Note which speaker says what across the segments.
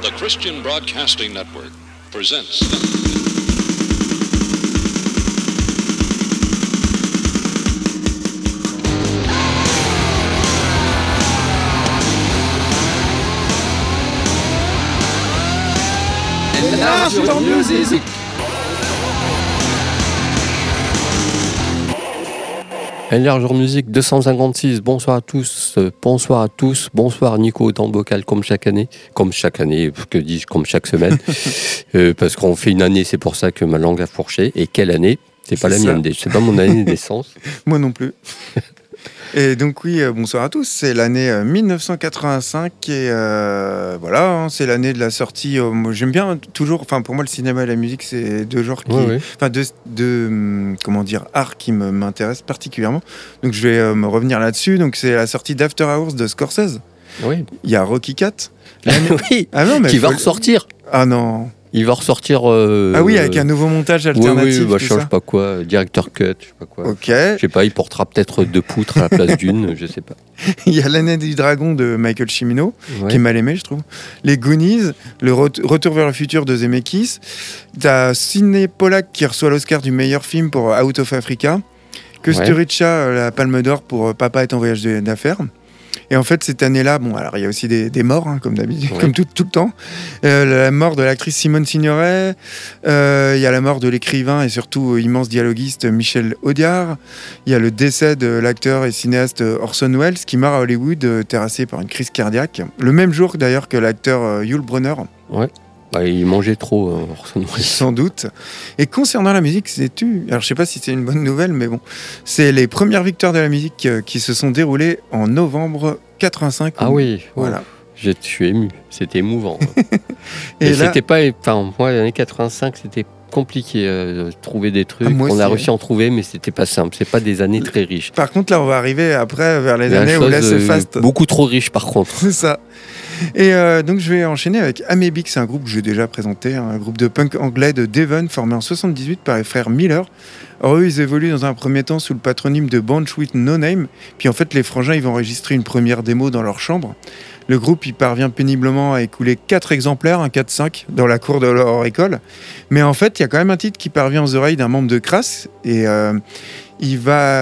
Speaker 1: The Christian Broadcasting Network presents.
Speaker 2: Enlargeur Music. Enlargeur Music 256, bonsoir à tous, bonsoir Nico dans le bocal comme chaque année, que dis-je, comme chaque semaine, parce qu'on fait une année, c'est pour ça que ma langue a fourché, et quelle année ? C'est pas la mienne, c'est pas mon année de naissance.
Speaker 3: Moi non plus. Et donc oui, bonsoir à tous, c'est l'année 1985 et voilà, hein, c'est l'année de la sortie, moi, j'aime bien toujours, enfin pour moi le cinéma et la musique c'est deux genres qui, enfin deux arts qui m'intéressent particulièrement, donc je vais me revenir là-dessus, donc c'est la sortie d'After Hours de Scorsese, il y a Rocky IV,
Speaker 2: qui va ressortir.
Speaker 3: Ah non.
Speaker 2: Il va ressortir.
Speaker 3: Ah oui, avec un nouveau montage alternatif.
Speaker 2: Oui, je sais pas quoi, director cut, je sais pas quoi.
Speaker 3: Ok.
Speaker 2: Je sais pas, il portera peut-être 2 poutres à la place d'une, je sais pas.
Speaker 3: Il y a L'année du dragon de Michael Cimino, qui est mal aimé, je trouve. Les Goonies, le Retour vers le futur de Zemeckis. T'as Sidney Pollack qui reçoit l'Oscar du meilleur film pour Out of Africa. Kusturica, la Palme d'Or pour Papa est en voyage d'affaires. Et en fait, cette année-là, bon, alors il y a aussi des morts, hein, comme d'habitude, comme tout le temps. La mort de l'actrice Simone Signoret, il y a la mort de l'écrivain et surtout immense dialoguiste Michel Audiard. Il y a le décès de l'acteur et cinéaste Orson Welles, qui meurt à Hollywood, terrassé par une crise cardiaque. Le même jour, d'ailleurs, que l'acteur Yul Brynner.
Speaker 2: Ouais. Bah, il mangeait trop, Orson Welles.
Speaker 3: Sans doute. Et concernant la musique, alors je sais pas si c'est une bonne nouvelle, mais bon, c'est les premières victoires de la musique qui se sont déroulées en novembre 85.
Speaker 2: Ah oui,
Speaker 3: voilà.
Speaker 2: Je suis ému, c'était émouvant. Et là, c'était pas, enfin, moi, l'année 85, c'était compliqué de trouver des trucs. On a réussi à en trouver, mais c'était pas simple. C'est pas des années très riches.
Speaker 3: Par contre, là, on va arriver après vers les années où là, c'est fast.
Speaker 2: Beaucoup trop riche, par contre.
Speaker 3: C'est ça. Et donc je vais enchaîner avec Amebix, c'est un groupe que j'ai déjà présenté, un groupe de punk anglais de Devon formé en 78 par les frères Miller. Alors eux, ils évoluent dans un premier temps sous le patronyme de Bunch with No Name, puis en fait les frangins ils vont enregistrer une première démo dans leur chambre. Le groupe il parvient péniblement à écouler 4 exemplaires, un 4-5, dans la cour de leur école, mais en fait il y a quand même un titre qui parvient aux oreilles d'un membre de Crass, et ils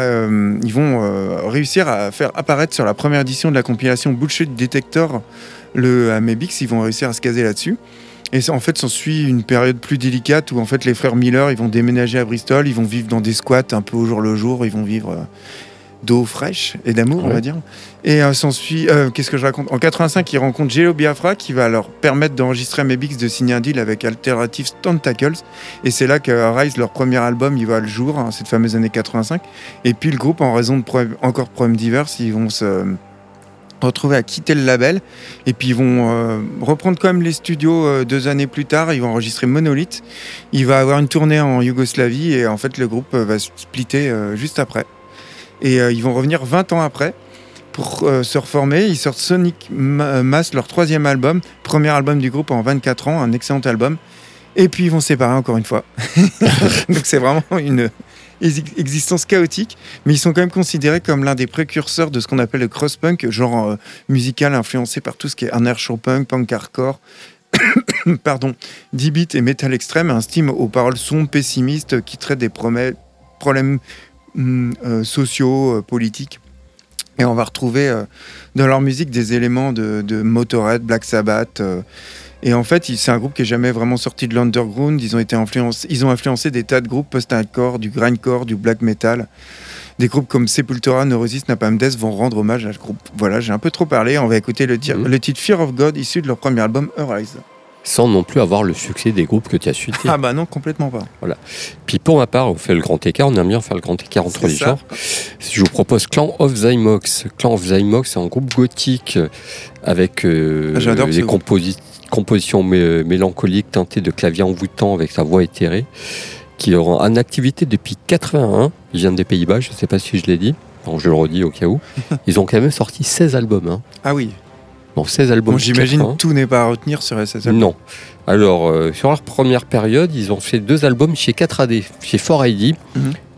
Speaker 3: vont réussir à faire apparaître sur la première édition de la compilation Bullshit Detector le Amebix, ils vont réussir à se caser là-dessus. Et en fait, s'ensuit une période plus délicate où en fait les frères Miller, ils vont déménager à Bristol, ils vont vivre dans des squats un peu au jour le jour, ils vont vivre d'eau fraîche et d'amour, on va dire. Et s'ensuit, qu'est-ce que je raconte ? En 85, ils rencontrent Jello Biafra qui va leur permettre d'enregistrer Amebix, de signer un deal avec Alternative Tentacles. Et c'est là que Rise, leur premier album, il voit le jour, hein, cette fameuse année 85. Et puis le groupe, en raison de problèmes divers, ils vont se retrouver à quitter le label, et puis ils vont reprendre quand même les studios 2 années plus tard. Ils vont enregistrer Monolith, il va avoir une tournée en Yougoslavie, et en fait le groupe va se splitter juste après, et ils vont revenir 20 ans après pour se reformer. Ils sortent Sonic Mass, leur 3e album, premier album du groupe en 24 ans, un excellent album, et puis ils vont se séparer encore une fois. Donc c'est vraiment une existence chaotique, mais ils sont quand même considérés comme l'un des précurseurs de ce qu'on appelle le cross-punk, genre musical influencé par tout ce qui est inertial punk, punk hardcore, D-beat et metal extrême, un style aux paroles sombres, pessimistes, qui traite des problèmes sociaux, politiques. Et on va retrouver dans leur musique des éléments de Motorhead, Black Sabbath. Et en fait, c'est un groupe qui n'est jamais vraiment sorti de l'underground. Ils ont influencé des tas de groupes post-hardcore, du grindcore, du black metal. Des groupes comme Sepultura, Neurosis, Napalm Death vont rendre hommage à ce groupe. Voilà, j'ai un peu trop parlé. On va écouter le titre Fear of God, issu de leur premier album Arise.
Speaker 2: Sans non plus avoir le succès des groupes que tu as cités.
Speaker 3: Ah bah non, complètement pas.
Speaker 2: Voilà. Puis pour ma part, on fait le grand écart, on aime bien faire le grand écart entre les genres. Je vous propose Clan of Zymox. Clan of Zymox, c'est un groupe gothique avec des compositions mélancoliques teintées de clavier envoûtant avec sa voix éthérée, qui est en activité depuis 81. Ils viennent des Pays-Bas, je ne sais pas si je l'ai dit. Alors je le redis au cas où. Ils ont quand même sorti 16 albums. Hein.
Speaker 3: Ah oui.
Speaker 2: Bon, 16 albums.
Speaker 3: Bon, j'imagine que tout n'est pas à retenir sur ces albums.
Speaker 2: Non. Alors, sur leur première période, ils ont fait 2 albums chez 4AD, chez 4AD,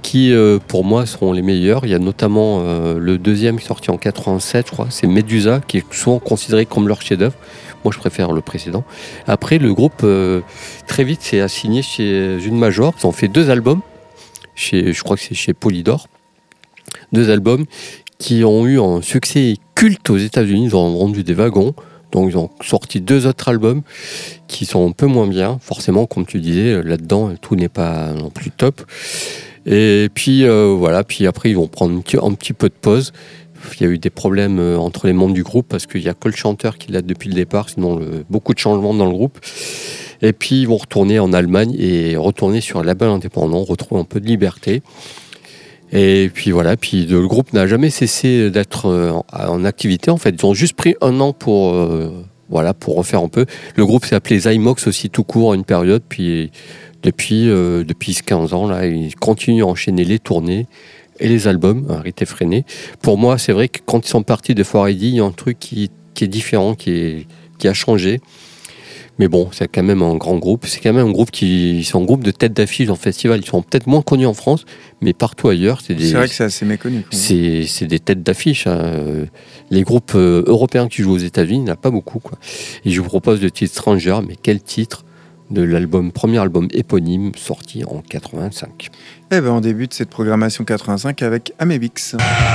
Speaker 2: qui, pour moi, seront les meilleurs. Il y a notamment le deuxième sorti en 87, je crois, c'est Medusa, qui est souvent considéré comme leur chef-d'œuvre. Moi, je préfère le précédent. Après, le groupe, très vite, s'est assigné chez une major. Ils ont fait 2 albums, je crois que c'est chez Polydor. 2 albums qui ont eu un succès culte aux États-Unis. Ils ont vendu des wagons. Donc, ils ont sorti 2 autres albums qui sont un peu moins bien. Forcément, comme tu disais, là-dedans, tout n'est pas non plus top. Et puis, voilà. Puis après, ils vont prendre un petit peu de pause. Il y a eu des problèmes entre les membres du groupe parce qu'il n'y a que le chanteur qui l'a depuis le départ. Sinon, beaucoup de changements dans le groupe. Et puis, ils vont retourner en Allemagne et retourner sur un label indépendant, retrouver un peu de liberté. Et puis voilà, puis le groupe n'a jamais cessé d'être en activité. En fait, ils ont juste pris 1 an pour refaire un peu. Le groupe s'est appelé Zymox aussi tout court à une période. Puis depuis 15 ans, là, ils continuent à enchaîner les tournées et les albums à rythme effréné. Pour moi, c'est vrai que quand ils sont partis de 4AD, il y a un truc qui est différent, qui a changé. Mais bon, c'est quand même un grand groupe. C'est quand même un groupe sont un groupe de tête d'affiche en festival. Ils sont peut-être moins connus en France, mais partout ailleurs, c'est
Speaker 3: vrai que c'est assez méconnu.
Speaker 2: C'est des têtes d'affiche. Hein. Les groupes européens qui jouent aux États-Unis, il n'y en a pas beaucoup, quoi. Et je vous propose le titre Stranger, mais quel titre de premier album éponyme sorti en 85.
Speaker 3: Eh ben, on débute cette programmation 85 avec Amebix.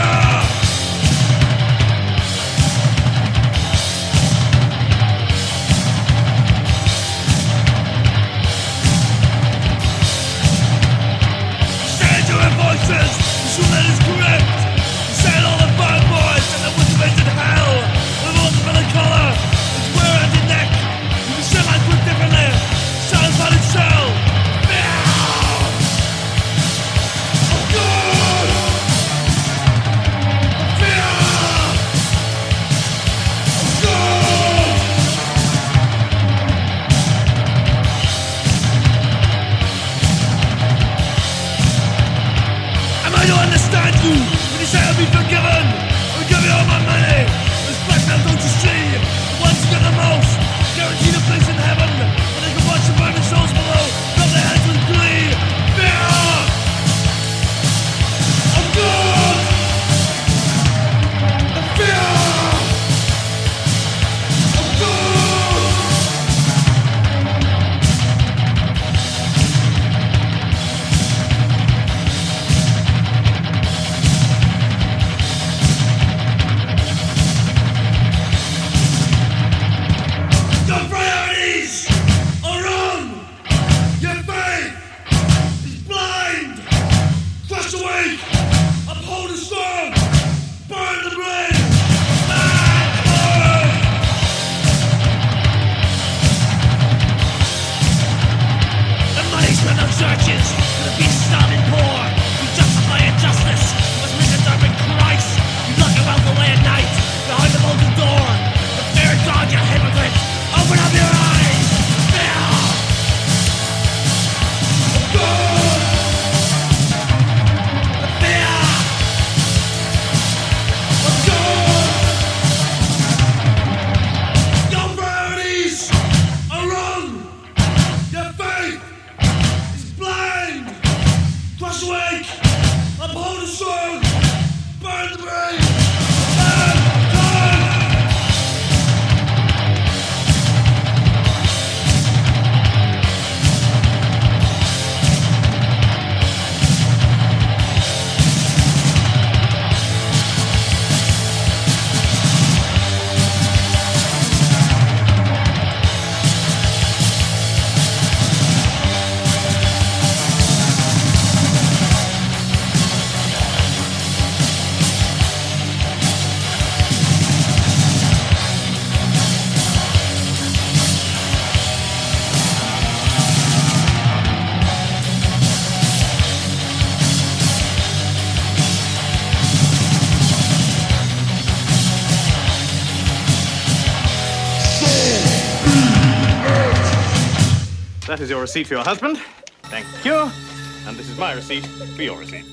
Speaker 4: That is your receipt for your husband. Thank you. And this is my receipt for your receipt.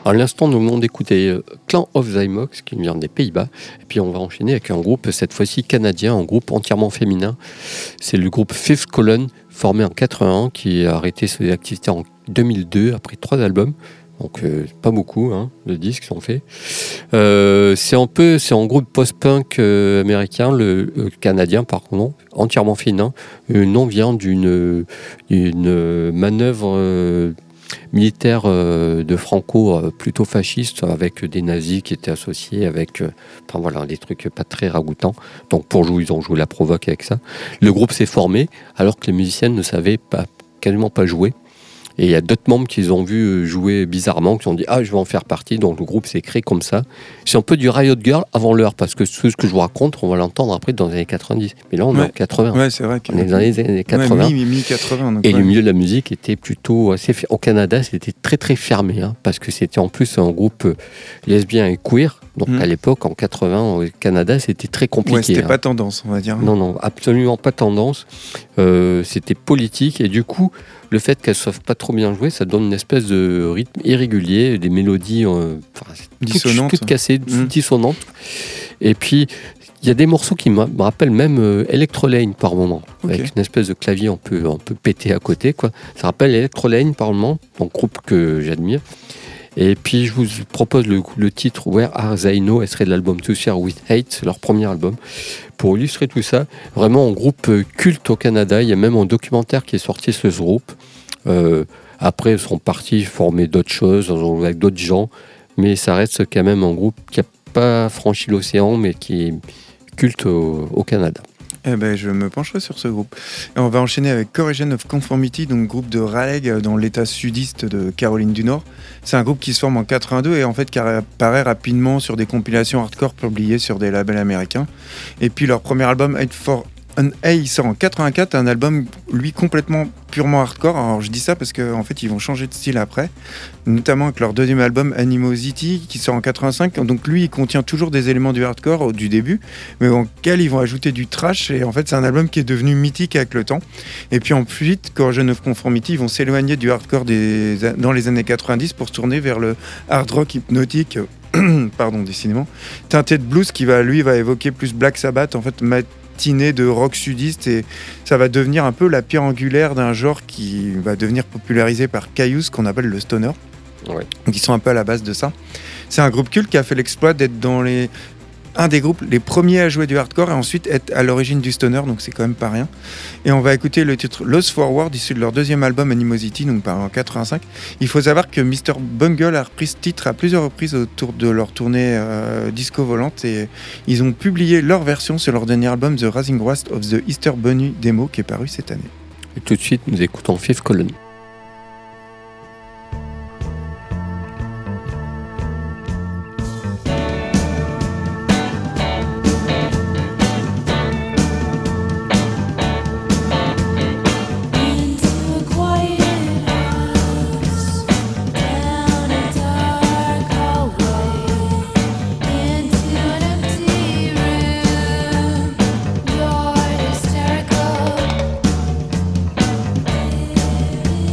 Speaker 2: À l'instant, nous venons d'écouter Clan of Zymox, qui vient des Pays-Bas. Et puis, on va enchaîner avec un groupe, cette fois-ci canadien, un groupe entièrement féminin. C'est le groupe Fifth Column, formé en 81, qui a arrêté ses activités en 2002, après 3 albums. Donc, pas beaucoup, de disques sont faits. C'est un groupe post-punk américain, le canadien, pardon, entièrement féminin. Le nom vient d'une manœuvre militaire de Franco plutôt fasciste, avec des nazis qui étaient associés avec des trucs pas très ragoûtants. Donc pour jouer, ils ont joué la provoque avec ça. Le groupe s'est formé alors que les musiciennes ne savaient quasiment pas jouer. Et il y a d'autres membres qu'ils ont vu jouer bizarrement, qui ont dit « Ah, je vais en faire partie ». Donc le groupe s'est créé comme ça. C'est un peu du Riot Girl avant l'heure, parce que ce que je vous raconte, on va l'entendre après dans les années 90. Mais là, on est en 80.
Speaker 3: Ouais, c'est vrai.
Speaker 2: On est dans les années 80.
Speaker 3: Mi-80.
Speaker 2: Et le milieu de la musique était plutôt assez... Au Canada, c'était très très fermé, parce que c'était en plus un groupe lesbien et queer. Donc à l'époque, en 80, au Canada, c'était très compliqué.
Speaker 3: Ouais, c'était pas tendance, on va dire.
Speaker 2: Non, absolument pas tendance. C'était politique, et du coup, le fait qu'elles ne savent pas trop bien jouer, ça donne une espèce de rythme irrégulier, des mélodies
Speaker 3: dissonantes,
Speaker 2: toutes cassées, dissonantes. Et puis, il y a des morceaux qui me rappellent même Electrolane par moment, avec une espèce de clavier un peu pété à côté, quoi. Ça rappelle Electrolane par moment, un groupe que j'admire. Et puis je vous propose le titre Where Are They Now, extrait de l'album To Share With Hate, leur premier album. Pour illustrer tout ça, vraiment un groupe culte au Canada. Il y a même un documentaire qui est sorti sur ce groupe. Après, ils sont partis former d'autres choses avec d'autres gens, mais ça reste quand même un groupe qui n'a pas franchi l'océan, mais qui est culte au Canada.
Speaker 3: Je me pencherai sur ce groupe. Et on va enchaîner avec Corrosion of Conformity, donc groupe de Raleigh dans l'état sudiste de Caroline du Nord. C'est un groupe qui se forme en 82 et en fait qui apparaît rapidement sur des compilations hardcore publiées sur des labels américains. Et puis leur premier album, Hate for an A, il sort en 84, un album lui complètement purement hardcore. Alors je dis ça parce qu'en fait ils vont changer de style après, notamment avec leur deuxième album Animosity qui sort en 85. Donc lui il contient toujours des éléments du hardcore du début, mais auquel ils vont ajouter du trash, et en fait c'est un album qui est devenu mythique avec le temps. Et puis ensuite Corrosion of Conformity, ils vont s'éloigner du hardcore dans les années 90 pour se tourner vers le hard rock hypnotique décidément teinté de blues, qui va évoquer plus Black Sabbath, en fait de rock sudiste, et ça va devenir un peu la pierre angulaire d'un genre qui va devenir popularisé par Caius, qu'on appelle le stoner. Donc ils sont un peu à la base de ça. C'est un groupe culte qui a fait l'exploit d'être un des groupes les premiers à jouer du hardcore et ensuite être à l'origine du stoner, donc c'est quand même pas rien. Et on va écouter le titre Lost Forward, issu de leur deuxième album Animosity, donc en 85. Il faut savoir que Mr. Bungle a repris ce titre à plusieurs reprises autour de leur tournée disco volante, et ils ont publié leur version sur leur dernier album The Rising Wrath of the Easter Bunny Demo, qui est paru cette année.
Speaker 2: Et tout de suite, nous écoutons Fifth Column.
Speaker 5: You're hysterical.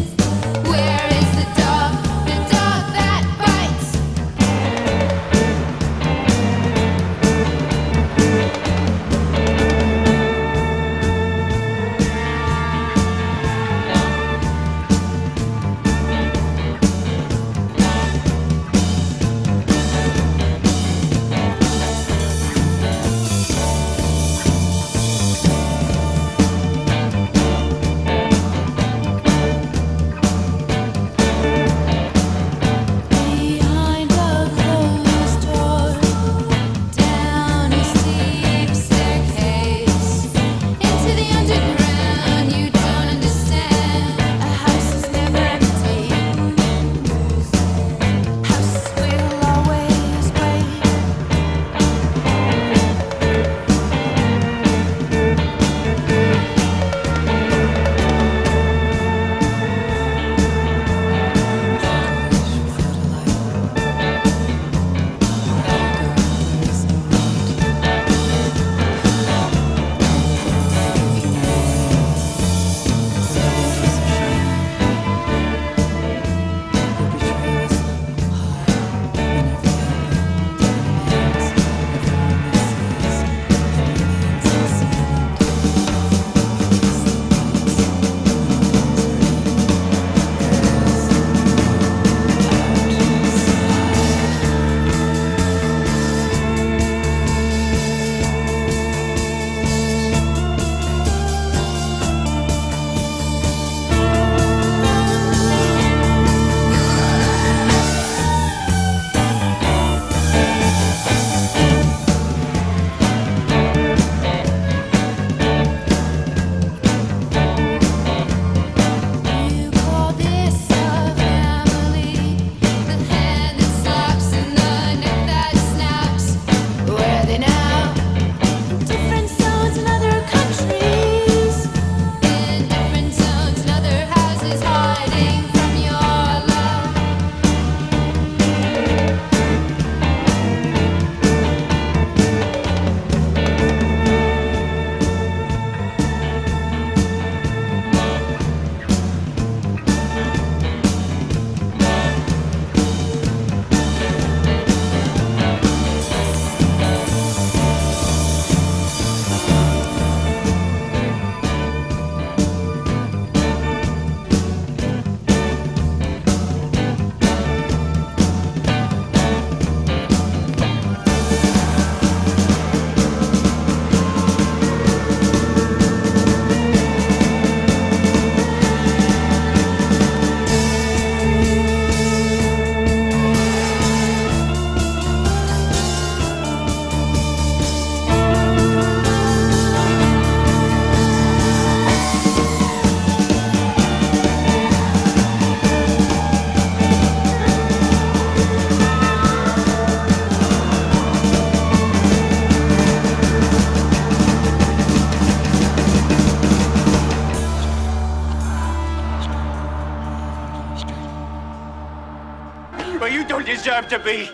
Speaker 4: where you don't deserve to be.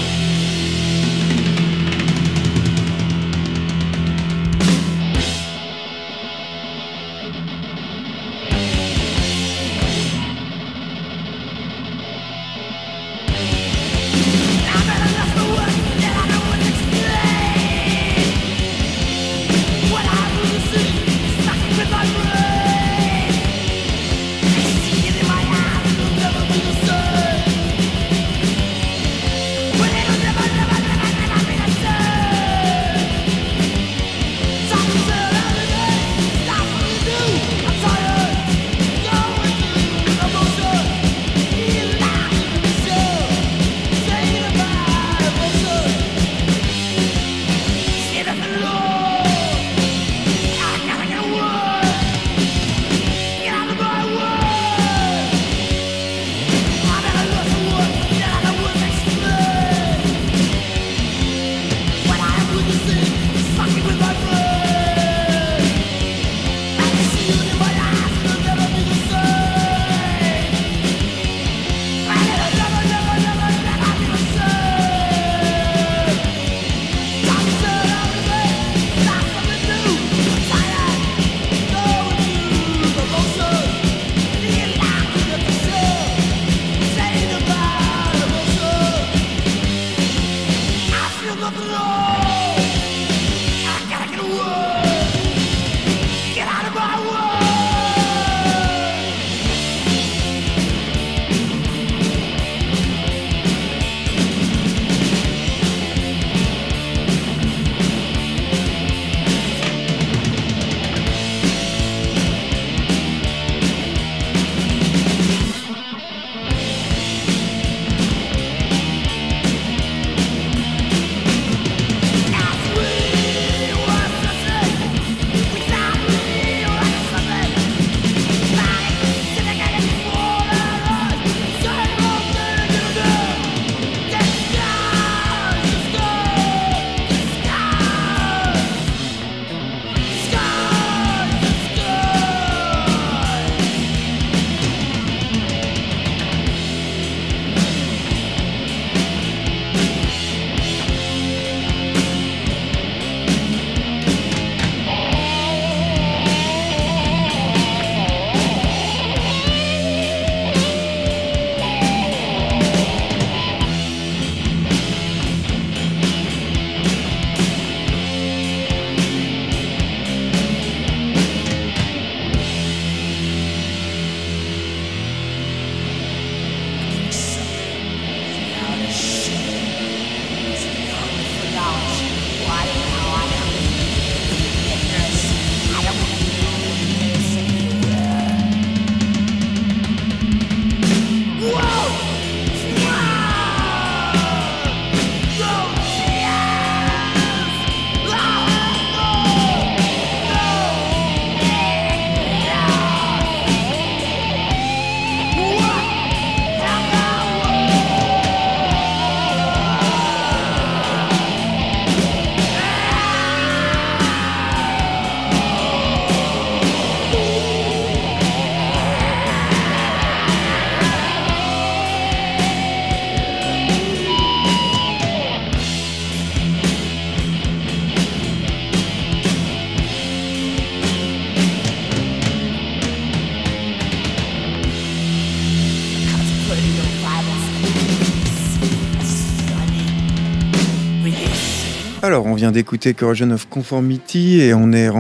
Speaker 3: Alors, on vient d'écouter Corrosion of Conformity et on est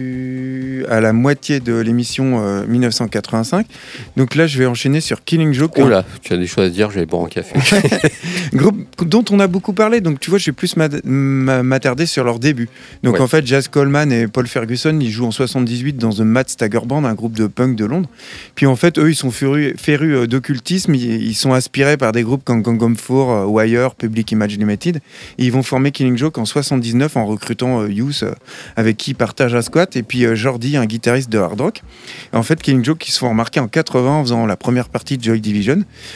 Speaker 3: rendu à la moitié de l'émission 1985. Donc là, je vais enchaîner sur Killing Joke.
Speaker 2: Oh là, tu as des choses à dire, je vais boire un café.
Speaker 3: Groupe dont on a beaucoup parlé, donc tu vois, je vais plus m'attarder sur leur début. Donc en fait, Jaz Coleman et Paul Ferguson, ils jouent en 78 dans The Mad Stagger Band, un groupe de punk de Londres. Puis en fait, eux, ils sont férus d'occultisme, ils sont inspirés par des groupes comme Gangnam Four, Wire, Public Image Limited. Et ils vont former Killing Joke en 79 en recrutant Youth, avec qui ils partagent un squat, et puis Jordi, un guitariste de hard rock. Et en fait, Killing Joke, ils se font remarquer en 80 en faisant la première partie de Joy Division.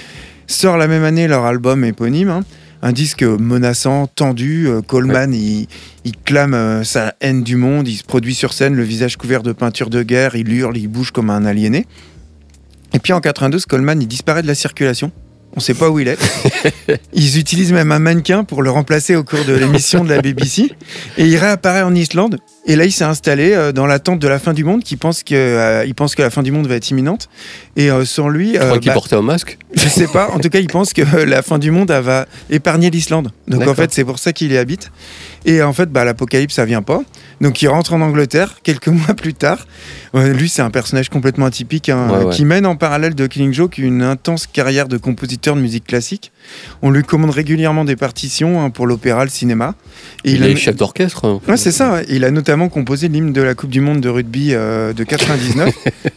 Speaker 3: Sort la même année leur album éponyme, un disque menaçant, tendu. Coleman, il clame sa haine du monde, il se produit sur scène, le visage couvert de peinture de guerre, il hurle, il bouge comme un aliéné. Et puis en 92, Coleman, il disparaît de la circulation. On ne sait pas où il est. Ils utilisent même un mannequin pour le remplacer au cours de l'émission de la BBC. Et il réapparaît en Islande. Et là, il s'est installé dans l'attente de la fin du monde, il pense que la fin du monde va être imminente. Et sans lui...
Speaker 2: Tu crois qu'il portait un masque ?
Speaker 3: Je sais pas. En tout cas, il pense que la fin du monde va épargner l'Islande. Donc en fait, c'est pour ça qu'il y habite. Et en fait, l'apocalypse, ça vient pas. Donc il rentre en Angleterre quelques mois plus tard. Lui, c'est un personnage complètement atypique qui mène en parallèle de Killing Joke une intense carrière de compositeur de musique classique. On lui commande régulièrement des partitions pour l'opéra, le cinéma. Et
Speaker 2: il est chef d'orchestre.
Speaker 3: Ouais, c'est ça. Ouais. Il a notamment composé l'hymne de la Coupe du Monde de rugby de 99.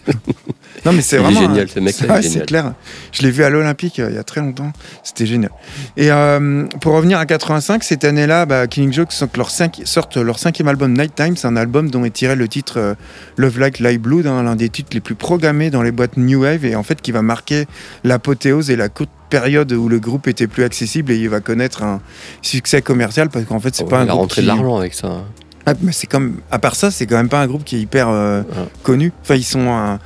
Speaker 3: Non, mais c'est vraiment
Speaker 2: génial, ce mec.
Speaker 3: C'est clair. Je l'ai vu à l'Olympique il y a très longtemps. C'était génial. Et pour revenir à 85, cette année-là, Killing Joke sortent leur 5e album Nighttime. C'est un album dont est tiré le titre Love Like Light Blood, l'un des titres les plus programmés dans les boîtes New Wave et en fait qui va marquer l'apothéose et la courte période où le groupe était plus accessible et il va connaître un succès commercial parce qu'en fait c'est pas un groupe. Il a
Speaker 2: rentré de l'argent avec ça.
Speaker 3: Ah, mais c'est comme, à part ça, c'est quand même pas un groupe qui est hyper connu. Enfin, ils sont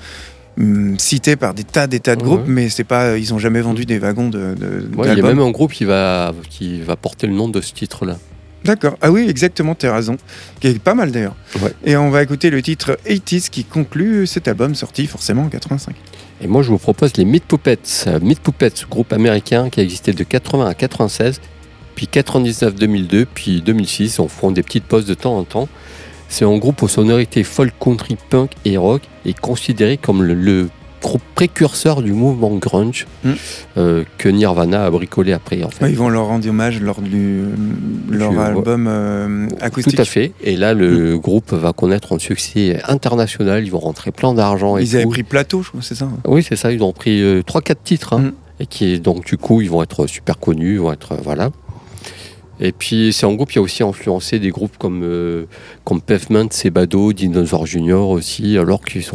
Speaker 3: cités par des tas de groupes, mais c'est pas, ils ont jamais vendu des wagons d'albums.
Speaker 2: Il y a même un groupe qui va porter le nom de ce titre-là.
Speaker 3: D'accord. Ah oui, exactement, t'as raison. Qui est pas mal d'ailleurs. Ouais. Et on va écouter le titre 80s qui conclut cet album sorti forcément en 85.
Speaker 2: Et moi, je vous propose les Meat Puppets. Meat Puppets, groupe américain qui a existé de 80 à 96, puis 99-2002, puis 2006. On fera des petites pauses de temps en temps. C'est un groupe aux sonorités folk, country, punk et rock et considéré comme le groupe précurseur du mouvement grunge que Nirvana a bricolé après. En fait.
Speaker 3: Ils vont leur rendre hommage lors de leur album acoustique.
Speaker 2: Tout à fait. Et là, le groupe va connaître un succès international. Ils vont rentrer plein d'argent.
Speaker 3: Ils avaient pris Plateau, je crois, c'est ça.
Speaker 2: Oui, c'est ça. Ils ont pris 3-4 titres. Et donc, du coup, ils vont être super connus. Ils vont être, voilà. Et puis, c'est un groupe qui a aussi influencé des groupes comme Pavement, Sebado, Dinosaur Junior aussi, alors qu'ils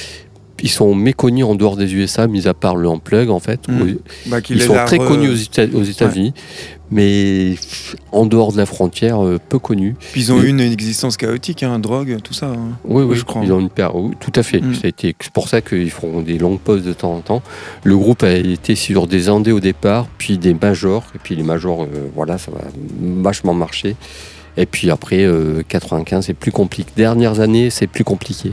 Speaker 2: sont méconnus en dehors des USA, mis à part le Unplug en fait. Ils sont très connus aux États-Unis, mais en dehors de la frontière, peu connus.
Speaker 3: Puis ils ont eu une existence chaotique, drogue, tout ça.
Speaker 2: Oui,
Speaker 3: je crois.
Speaker 2: Ils ont une tout à fait. C'est pour ça qu'ils font des longues pauses de temps en temps. Le groupe a été sur des indés au départ, puis des majors, et puis les majors, ça va vachement marcher. Et puis après, 95, c'est plus compliqué. Dernières années, c'est plus compliqué.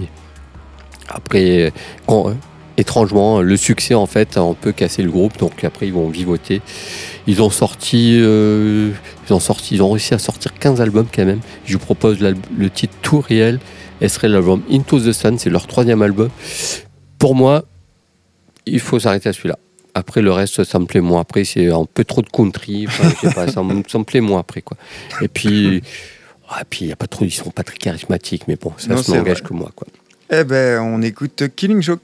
Speaker 2: Après, étrangement, le succès en fait a un peu cassé le groupe, donc après ils vont vivoter. Ils ont réussi à sortir 15 albums quand même. Je vous propose le titre Too Real, et serait l'album Into the Sun, c'est leur 3e album. Pour moi, il faut s'arrêter à celui-là. Après le reste, ça me plaît moins. Après, c'est un peu trop de country, je sais pas, ça me plaît moins après quoi. Et puis, il y a pas trop, ils sont pas très charismatiques, mais bon, ça se n'engage que moi quoi.
Speaker 3: Eh ben, on écoute Killing Joke.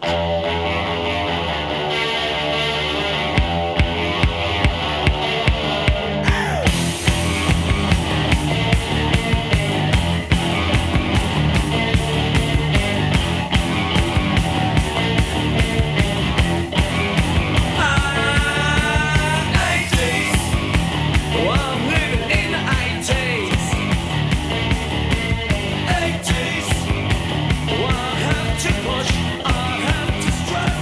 Speaker 5: I have to push, I have to strive.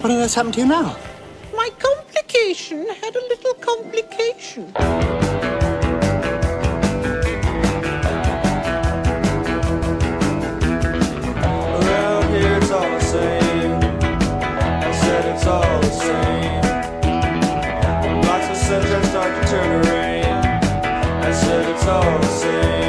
Speaker 5: What on earth's happened to you now?
Speaker 6: My complication had a little complication.
Speaker 7: Around here it's all the same. I said it's all the same. Lots of sunshine start to turn to rain. I said it's all the same.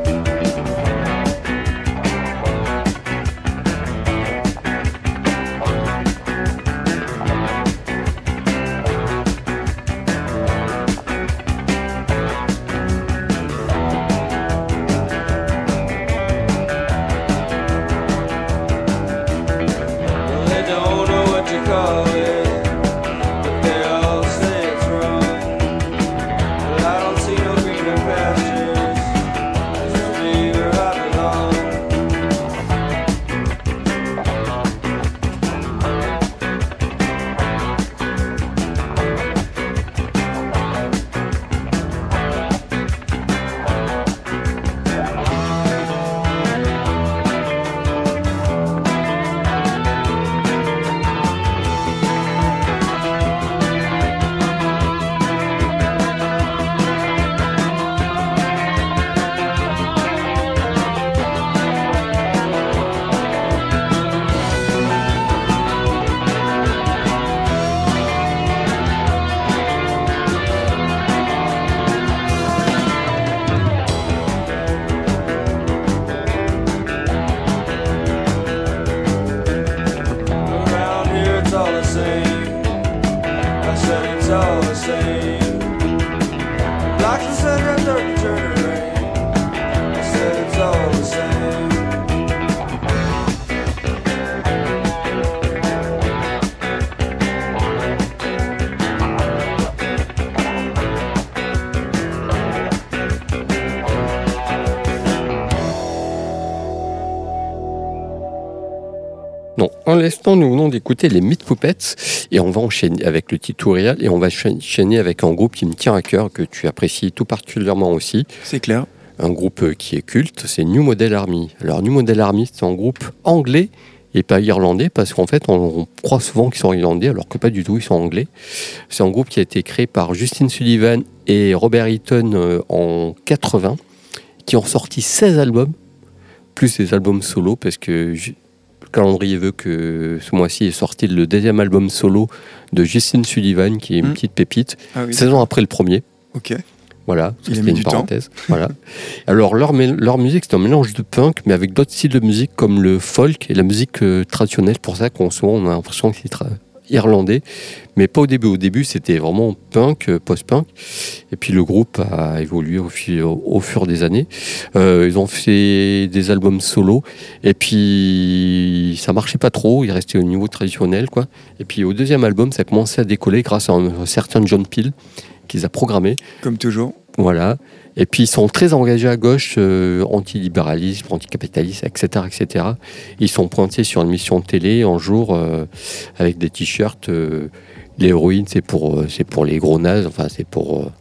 Speaker 2: En l'instant, nous venons d'écouter les Meat Puppets et on va enchaîner avec le tutoriel et on va enchaîner avec un groupe qui me tient à cœur, que tu apprécies tout particulièrement aussi.
Speaker 3: C'est clair.
Speaker 2: Un groupe qui est culte, c'est New Model Army. Alors New Model Army, c'est un groupe anglais et pas irlandais, parce qu'en fait, on croit souvent qu'ils sont irlandais, alors que pas du tout, ils sont anglais. C'est un groupe qui a été créé par Justin Sullivan et Robert Eaton en 80, qui ont sorti 16 albums, plus des albums solo, parce que le calendrier veut que ce mois-ci est sorti le deuxième album solo de Justin Sullivan, qui est une petite pépite, 16 ans après le premier.
Speaker 3: Ok.
Speaker 2: Voilà,
Speaker 3: il a mis du
Speaker 2: parenthèse. Voilà. Alors leur musique, c'est un mélange de punk, mais avec d'autres styles de musique comme le folk et la musique traditionnelle. Pour ça souvent on a l'impression que c'est irlandais, mais pas au début. Au début, c'était vraiment punk, post-punk. Et puis le groupe a évolué au fur des années. Ils ont fait des albums solo, et puis ça marchait pas trop. Ils restaient au niveau traditionnel, quoi. Et puis au deuxième album, ça a commencé à décoller grâce à un certain John Peel qu'ils a programmé.
Speaker 3: Comme toujours.
Speaker 2: Voilà. Et puis ils sont très engagés à gauche, anti-libéralisme, anti-capitalisme, etc., etc. Ils sont pointés sur une mission de télé un jour avec des t-shirts. L'héroïne, c'est pour les gros nazes. Enfin, c'est pour.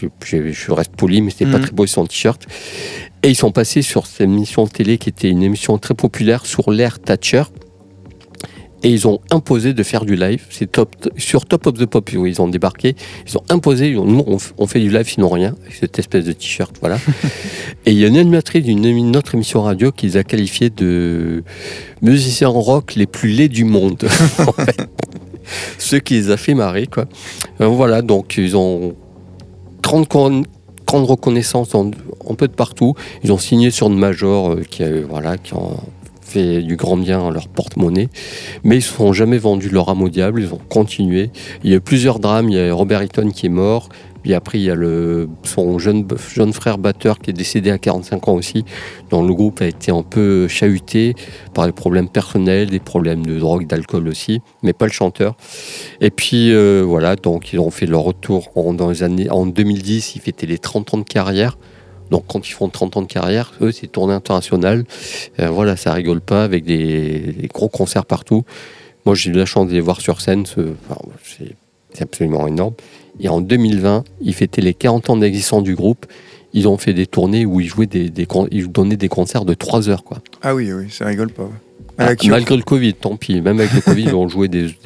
Speaker 2: Je reste poli, mais c'était pas très beau son t-shirt. Et ils sont passés sur cette émission de télé qui était une émission très populaire sur l'ère Thatcher. Et ils ont imposé de faire du live. C'est sur Top of the Pop où ils ont débarqué. Ils ont imposé, nous on fait du live sinon rien, avec cette espèce de t-shirt, voilà. Et il y a une animatrice d'une autre émission radio qui les a qualifiés de musiciens rock les plus laids du monde. En fait. Ce qui les a fait marrer, quoi. Voilà, donc ils ont grande reconnaissance un peu de partout. Ils ont signé sur une major qui ont fait du grand bien à leur porte-monnaie, mais ils ne se sont jamais vendus leur âme au diable, ils ont continué. Il y a eu plusieurs drames, il y a Robert Eaton qui est mort, puis après il y a son jeune frère batteur qui est décédé à 45 ans aussi, dont le groupe a été un peu chahuté par des problèmes personnels, des problèmes de drogue, d'alcool aussi, mais pas le chanteur. Et puis voilà, donc ils ont fait leur retour en 2010, ils fêtaient les 30 ans de carrière. Donc quand ils font 30 ans de carrière, eux, c'est tournée internationale. Voilà, ça rigole pas, avec des gros concerts partout. Moi, j'ai eu la chance de les voir sur scène. C'est absolument énorme. Et en 2020, ils fêtaient les 40 ans d'existence du groupe. Ils ont fait des tournées où ils jouaient ils donnaient des concerts de 3 heures, quoi.
Speaker 3: Ah oui, ça rigole pas.
Speaker 2: Ouais. Malgré le Covid, tant pis. Même avec le Covid, ils ont joué des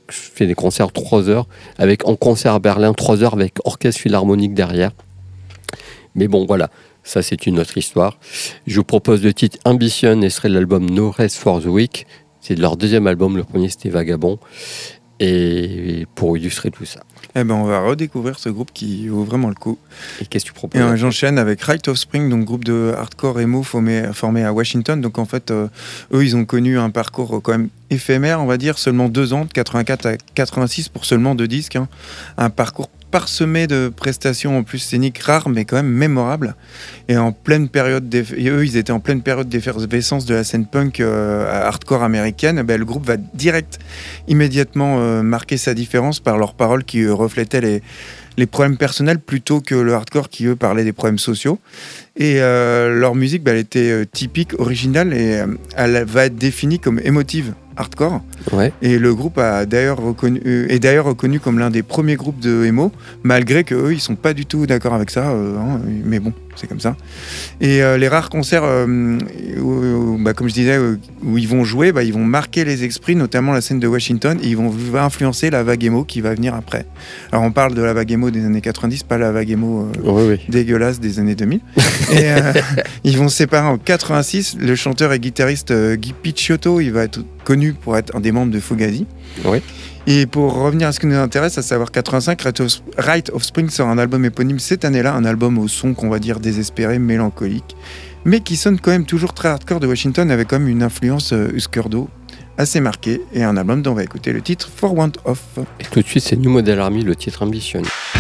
Speaker 2: fait des concerts 3 heures, en concert à Berlin 3 heures avec orchestre philharmonique derrière. Mais bon, voilà, ça c'est une autre histoire. Je vous propose le titre Ambition, extrait de l'album No Rest for the Weak. C'est de leur deuxième album, le premier c'était Vagabond. Et pour illustrer tout ça.
Speaker 3: On va redécouvrir ce groupe qui vaut vraiment le coup.
Speaker 2: Et qu'est-ce que tu proposes?
Speaker 3: Et j'enchaîne avec Rite of Spring, donc groupe de hardcore emo formé à Washington. Donc en fait, eux, ils ont connu un parcours quand même éphémère, on va dire, seulement 2 ans, de 84 à 86 pour seulement 2 disques. Un parcours parsemé de prestations en plus scéniques rares, mais quand même mémorables. Et en pleine période, eux, ils étaient en pleine période d'effervescence de la scène punk hardcore américaine. Le groupe va immédiatement marquer sa différence par leurs paroles qui reflétaient les problèmes personnels plutôt que le hardcore qui, eux, parlait des problèmes sociaux. Et leur musique, elle était typique, originale, et elle va être définie comme émotive hardcore.
Speaker 2: Ouais.
Speaker 3: Et le groupe est d'ailleurs reconnu comme l'un des premiers groupes de emo, malgré qu'eux, ils sont pas du tout d'accord avec ça. Mais bon, c'est comme ça. Et les rares concerts, comme je disais, où ils vont jouer, ils vont marquer les esprits, notamment la scène de Washington, et ils vont influencer la vague emo qui va venir après. Alors on parle de la vague emo des années 90, pas la vague emo dégueulasse des années 2000. Et ils vont se séparer en 86. Le chanteur et guitariste Guy Picciotto, il va être connu pour être un des membres de Fugazi.
Speaker 2: Oui.
Speaker 3: Et pour revenir à ce qui nous intéresse, à savoir 85, Rite of Spring sort un album éponyme cette année-là, un album au son qu'on va dire désespéré, mélancolique, mais qui sonne quand même toujours très hardcore de Washington, avec comme une influence Uskurdo assez marquée, et un album dont on va écouter le titre For Want Of.
Speaker 2: Et tout de suite, c'est New Model Army, le titre Ambition.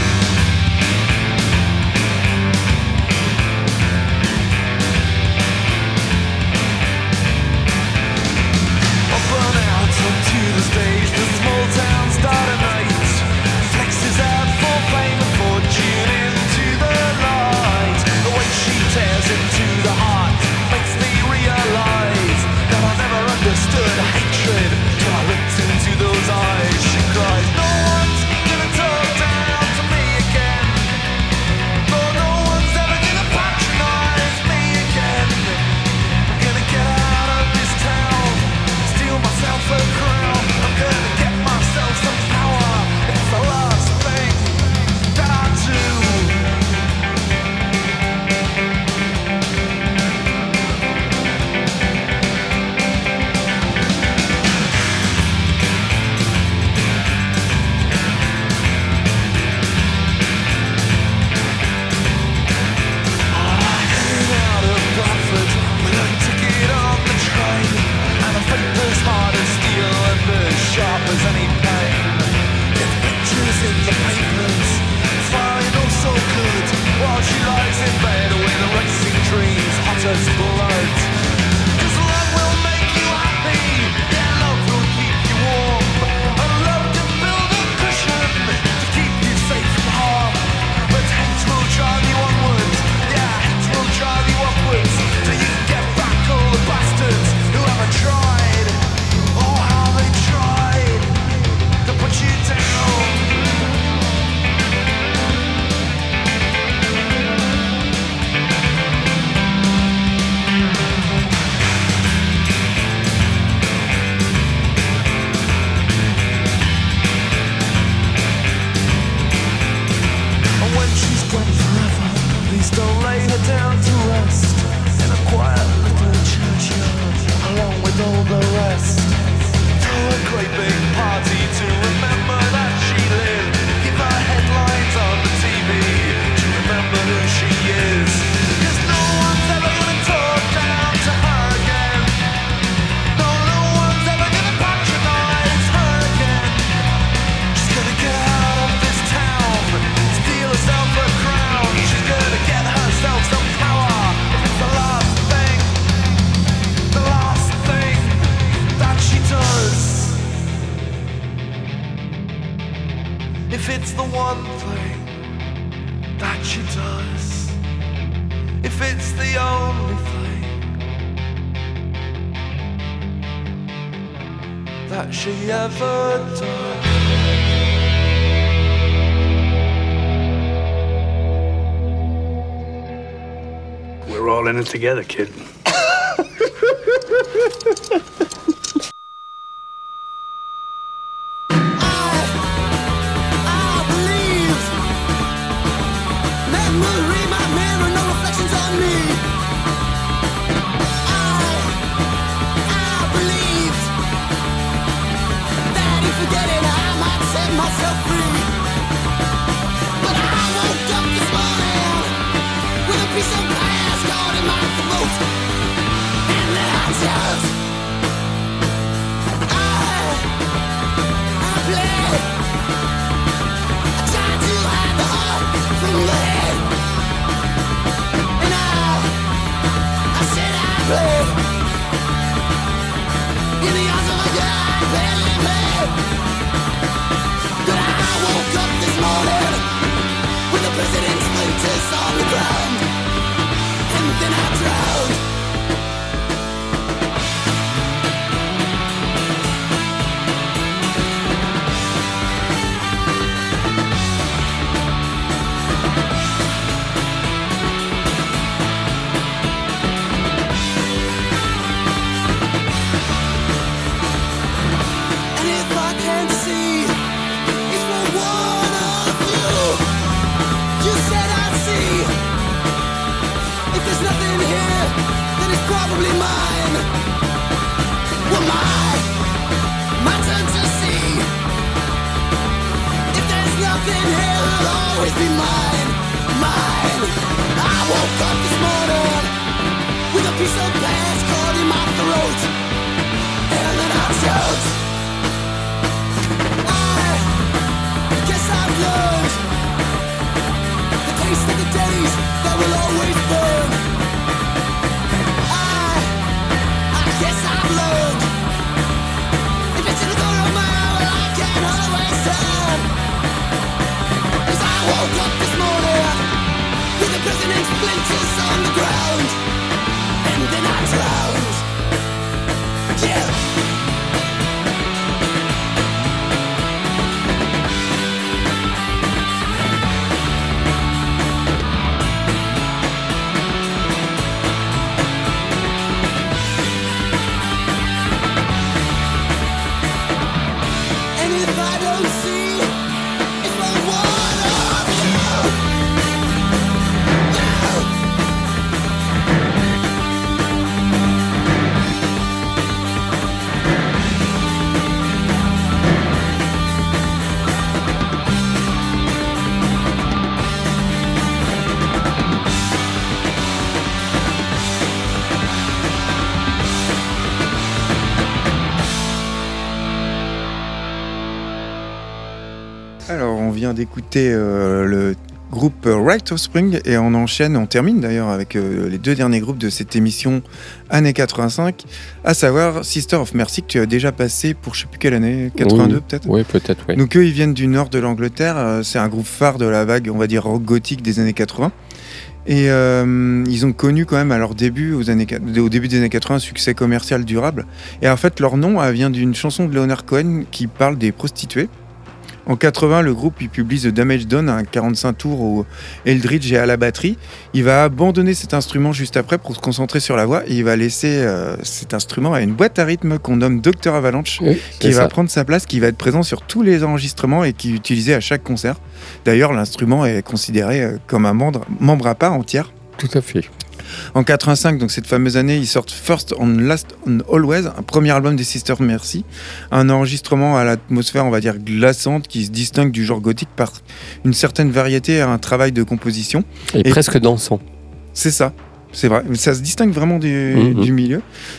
Speaker 7: If it's the one thing that she does, if it's the only thing that she ever does.
Speaker 5: We're all in it together, kid.
Speaker 8: memory, my mirror, no reflections on me. I believed that in forgetting I might set myself free. But I woke up this morning with a piece of glass caught in my throat, and then I just I bled. I tried to hide the heart from the head, and I said I bled in the arms of a girl I barely met. But I woke up this morning with the president's splinters on the ground, and then I drowned. And if I can't see, it's for one of you. You said I'd see. If there's nothing here, then it's probably mine. Well, my turn to see. If there's nothing here, it'll always be mine. I woke up this morning with a piece of glass caught in my throat, and then I choked. I guess I've learned the taste of the days that will always burn. I guess I've learned if it's in the corner of my eye, well, I can't always turn. 'Cause I woke up this morning with the president's splinters on the ground, and then I drowned. Yeah. And if I don't see, it's for one of you.
Speaker 3: Alors, on vient d'écouter le groupe Right Offspring et on termine d'ailleurs avec les deux derniers groupes de cette émission années 85, à savoir Sister of Mercy, que tu as déjà passé pour je sais plus quelle année, 82 peut-être.
Speaker 2: Oui, peut-être, oui.
Speaker 3: Donc eux, ils viennent du nord de l'Angleterre, c'est un groupe phare de la vague, on va dire rock gothique des années 80. Et ils ont connu quand même à leur début, au début des années 80, un succès commercial durable. Et en fait, leur nom vient d'une chanson de Leonard Cohen qui parle des prostituées. En 80, le groupe il publie The Damage Done, un 45 tours au Eldridge et à la batterie. Il va abandonner cet instrument juste après pour se concentrer sur la voix et il va laisser cet instrument à une boîte à rythme qu'on nomme Dr Avalanche, qui va prendre sa place, qui va être présent sur tous les enregistrements et qui est utilisé à chaque concert. D'ailleurs, l'instrument est considéré comme un membre à part entière.
Speaker 2: Tout à fait.
Speaker 3: En 85, donc cette fameuse année, ils sortent First on Last on Always, un premier album des Sister of Mercy, un enregistrement à l'atmosphère, on va dire, glaçante, qui se distingue du genre gothique par une certaine variété et un travail de composition.
Speaker 2: Et presque dansant.
Speaker 3: C'est ça, c'est vrai. Ça se distingue vraiment du milieu.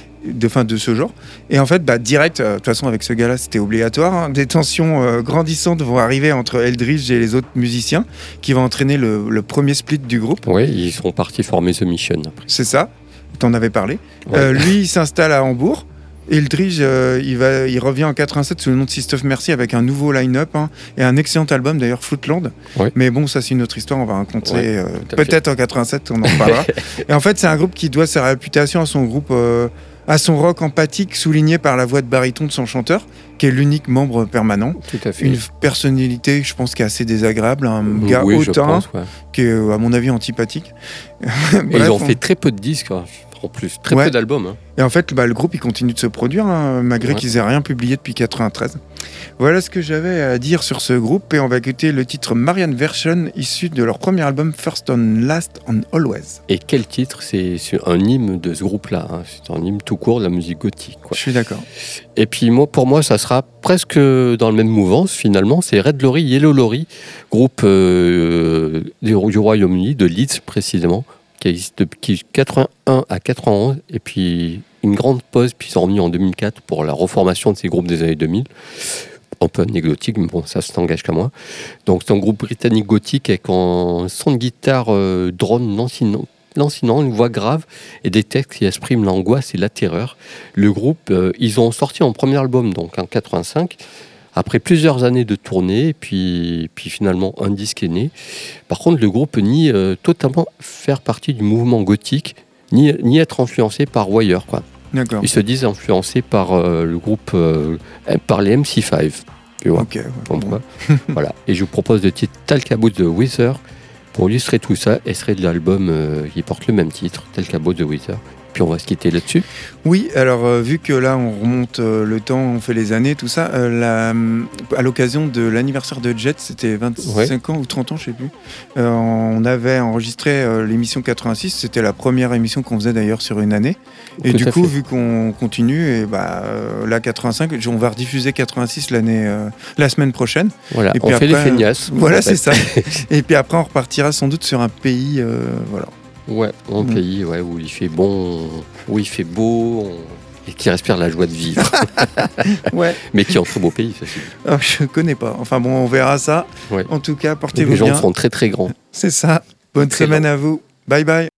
Speaker 3: De ce genre. Et en fait, direct, de toute façon, avec ce gars-là, c'était obligatoire. Hein, des tensions grandissantes vont arriver entre Eldridge et les autres musiciens, qui vont entraîner le premier split du groupe.
Speaker 2: Oui, ils sont partis former The Mission. Après.
Speaker 3: C'est ça, t'en avais parlé.
Speaker 2: Ouais.
Speaker 3: Lui, il s'installe à Hambourg. Eldridge, il revient en 87 sous le nom de Sister of Mercy avec un nouveau line-up et un excellent album, d'ailleurs, Footland.
Speaker 2: Ouais.
Speaker 3: Mais bon, ça, c'est une autre histoire, on va raconter peut-être en 87, on en parlera. Et en fait, c'est un groupe qui doit sa réputation à son groupe... à son rock empathique souligné par la voix de baryton de son chanteur, qui est l'unique membre permanent.
Speaker 2: Tout à fait.
Speaker 3: Une personnalité, je pense, qui est assez désagréable, un gars hautain, qui est, à mon avis, antipathique.
Speaker 2: Bref, ils ont fait très peu de disques, en plus, très peu d'albums. Hein.
Speaker 3: Et en fait, le groupe, il continue de se produire, malgré qu'ils aient rien publié depuis 93. Voilà ce que j'avais à dire sur ce groupe et on va écouter le titre Marianne Version issu de leur premier album First on Last on Always.
Speaker 2: Et quel titre, c'est un hymne de ce groupe-là, hein. C'est un hymne tout court de la musique gothique, quoi.
Speaker 3: Je suis d'accord.
Speaker 2: Et puis pour moi, ça sera presque dans le même mouvance finalement, c'est Red Lorry, Yellow Lorry, groupe du Royaume-Uni, de Leeds précisément, qui existe depuis 81 à 91, et puis une grande pause, puis ils sont revenus en 2004 pour la reformation de ces groupes des années 2000. Un peu anecdotique, mais bon, ça s'engage qu'à moi. Donc c'est un groupe britannique gothique avec un son de guitare drone lancinant, une voix grave et des textes qui expriment l'angoisse et la terreur. Le groupe, ils ont sorti un premier album donc en 85, après plusieurs années de tournée, puis finalement un disque est né. Par contre, le groupe nie totalement faire partie du mouvement gothique, ni être influencé par Wire, quoi.
Speaker 3: D'accord.
Speaker 2: Ils se disent influencés par le groupe, par les MC5. Tu vois.
Speaker 3: Ok.
Speaker 2: Bon. Voilà. Et je vous propose le titre Talk About the Weather pour illustrer tout ça. Et serait de l'album qui porte le même titre, Talk About the Weather. Puis on va se quitter là-dessus.
Speaker 3: Oui, alors vu que là on remonte le temps, on fait les années, tout ça, à l'occasion de l'anniversaire de Jet, c'était 25 ans ou 30 ans, je sais plus, on avait enregistré l'émission 86, c'était la première émission qu'on faisait d'ailleurs sur une année. Et
Speaker 2: Tout
Speaker 3: du
Speaker 2: à
Speaker 3: coup,
Speaker 2: fait.
Speaker 3: vu qu'on continue, et là 85, on va rediffuser 86 la semaine prochaine.
Speaker 2: Voilà,
Speaker 3: Et
Speaker 2: on
Speaker 3: puis
Speaker 2: fait les
Speaker 3: après,
Speaker 2: feignasses.
Speaker 3: Voilà,
Speaker 2: en fait.
Speaker 3: c'est ça. Et puis après, on repartira sans doute sur un pays, voilà.
Speaker 2: Ouais, un pays où il fait bon, où il fait beau, et qui respire la joie de vivre.
Speaker 3: Ouais.
Speaker 2: Mais qui est un très beau pays, ça c'est.
Speaker 3: Oh, je connais pas. Enfin bon, on verra ça.
Speaker 2: Ouais.
Speaker 3: En tout cas, portez-vous
Speaker 2: Les gens
Speaker 3: bien.
Speaker 2: sont très très grands.
Speaker 3: C'est ça. Bonne
Speaker 2: Très
Speaker 3: semaine à vous. Bye bye.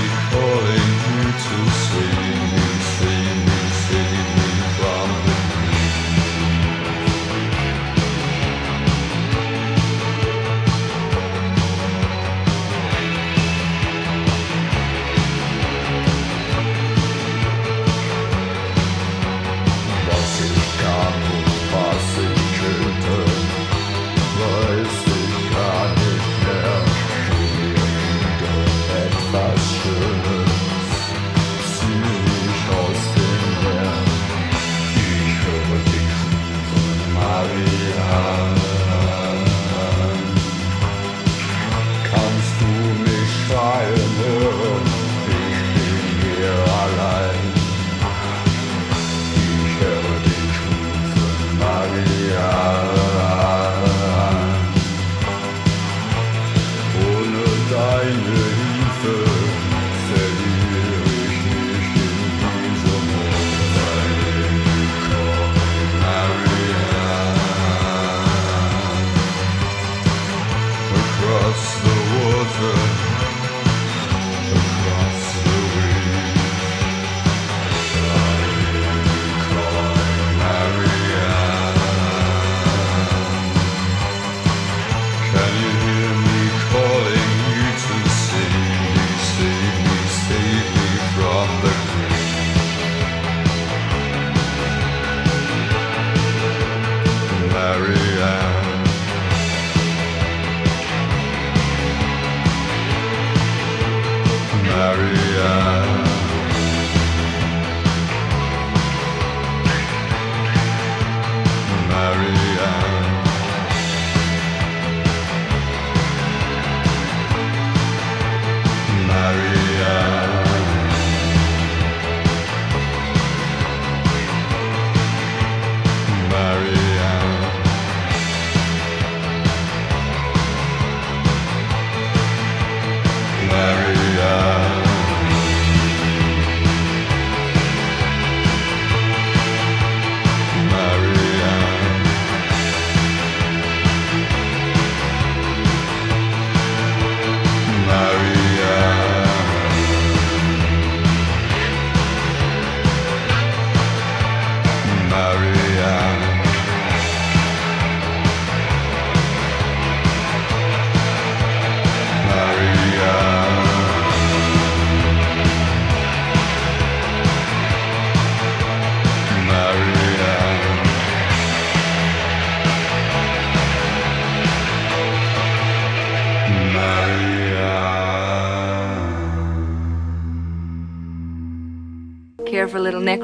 Speaker 9: Calling you to save me, save me, save me from the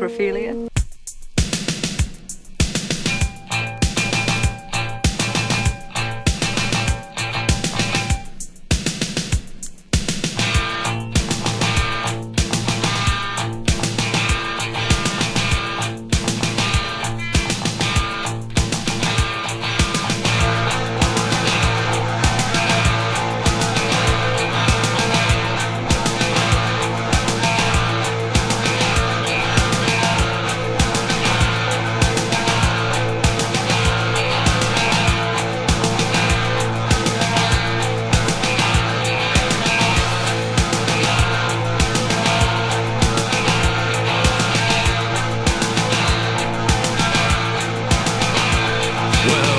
Speaker 9: necrophilia.
Speaker 10: Well,